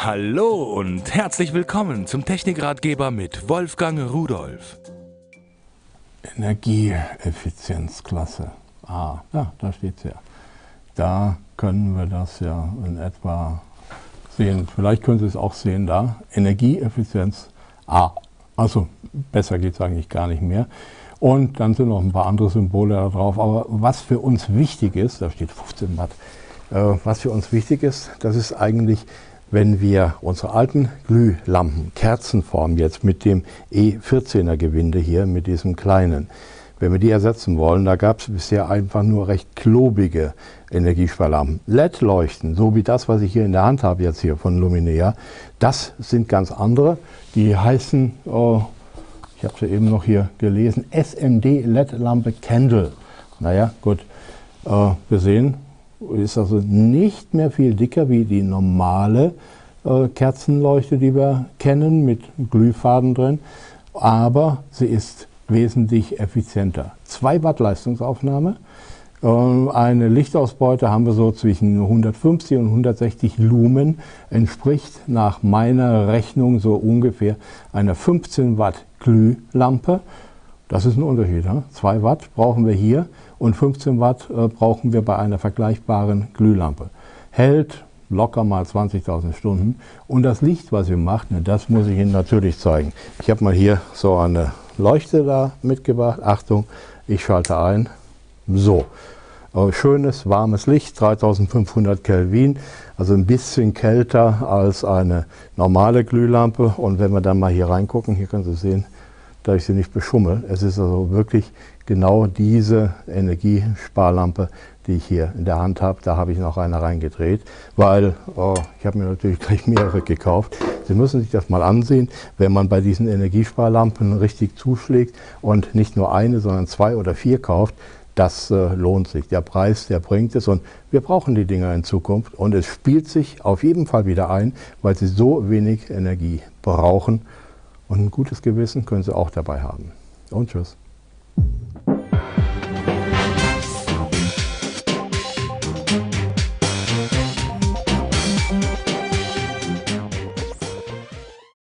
Hallo und herzlich willkommen zum Technikratgeber mit Wolfgang Rudolph. Energieeffizienzklasse A. Ja, da steht es ja. Da können wir das ja in etwa sehen. Vielleicht können Sie es auch sehen da. Energieeffizienz A. Also besser geht es eigentlich gar nicht mehr. Und dann sind noch ein paar andere Symbole da drauf. Aber was für uns wichtig ist, da steht 15 Watt, was für uns wichtig ist, das ist eigentlich, wenn wir unsere alten Glühlampen, Kerzenform jetzt mit dem E14er Gewinde hier, mit diesem kleinen, wenn wir die ersetzen wollen, da gab es bisher einfach nur recht klobige Energiesparlampen. LED-Leuchten, so wie das, was ich hier in der Hand habe jetzt hier von Luminea, das sind ganz andere. Die heißen, ich habe sie eben noch hier gelesen, SMD-LED-Lampe Candle. Naja, gut, wir sehen, ist also nicht mehr viel dicker wie die normale Kerzenleuchte, die wir kennen, mit Glühfaden drin, aber sie ist wesentlich effizienter. 2 Watt Leistungsaufnahme, eine Lichtausbeute haben wir so zwischen 150 und 160 Lumen, entspricht nach meiner Rechnung so ungefähr einer 15 Watt Glühlampe. Das ist ein Unterschied. 2 Watt brauchen wir hier und 15 Watt brauchen wir bei einer vergleichbaren Glühlampe. Hält locker mal 20.000 Stunden. Und das Licht, was sie macht, das muss ich Ihnen natürlich zeigen. Ich habe mal hier so eine Leuchte da mitgebracht. Achtung, ich schalte ein. So, schönes, warmes Licht, 3500 Kelvin, also ein bisschen kälter als eine normale Glühlampe. Und wenn wir dann mal hier reingucken, hier können Sie sehen, da ich sie nicht beschummel. Es ist also wirklich genau diese Energiesparlampe, die ich hier in der Hand habe. Da habe ich noch eine reingedreht, weil ich habe mir natürlich gleich mehrere gekauft. Sie müssen sich das mal ansehen, wenn man bei diesen Energiesparlampen richtig zuschlägt und nicht nur eine, sondern 2 oder 4 kauft. Das lohnt sich. Der Preis, der bringt es und wir brauchen die Dinger in Zukunft und es spielt sich auf jeden Fall wieder ein, weil sie so wenig Energie brauchen. Und ein gutes Gewissen können Sie auch dabei haben. Und tschüss.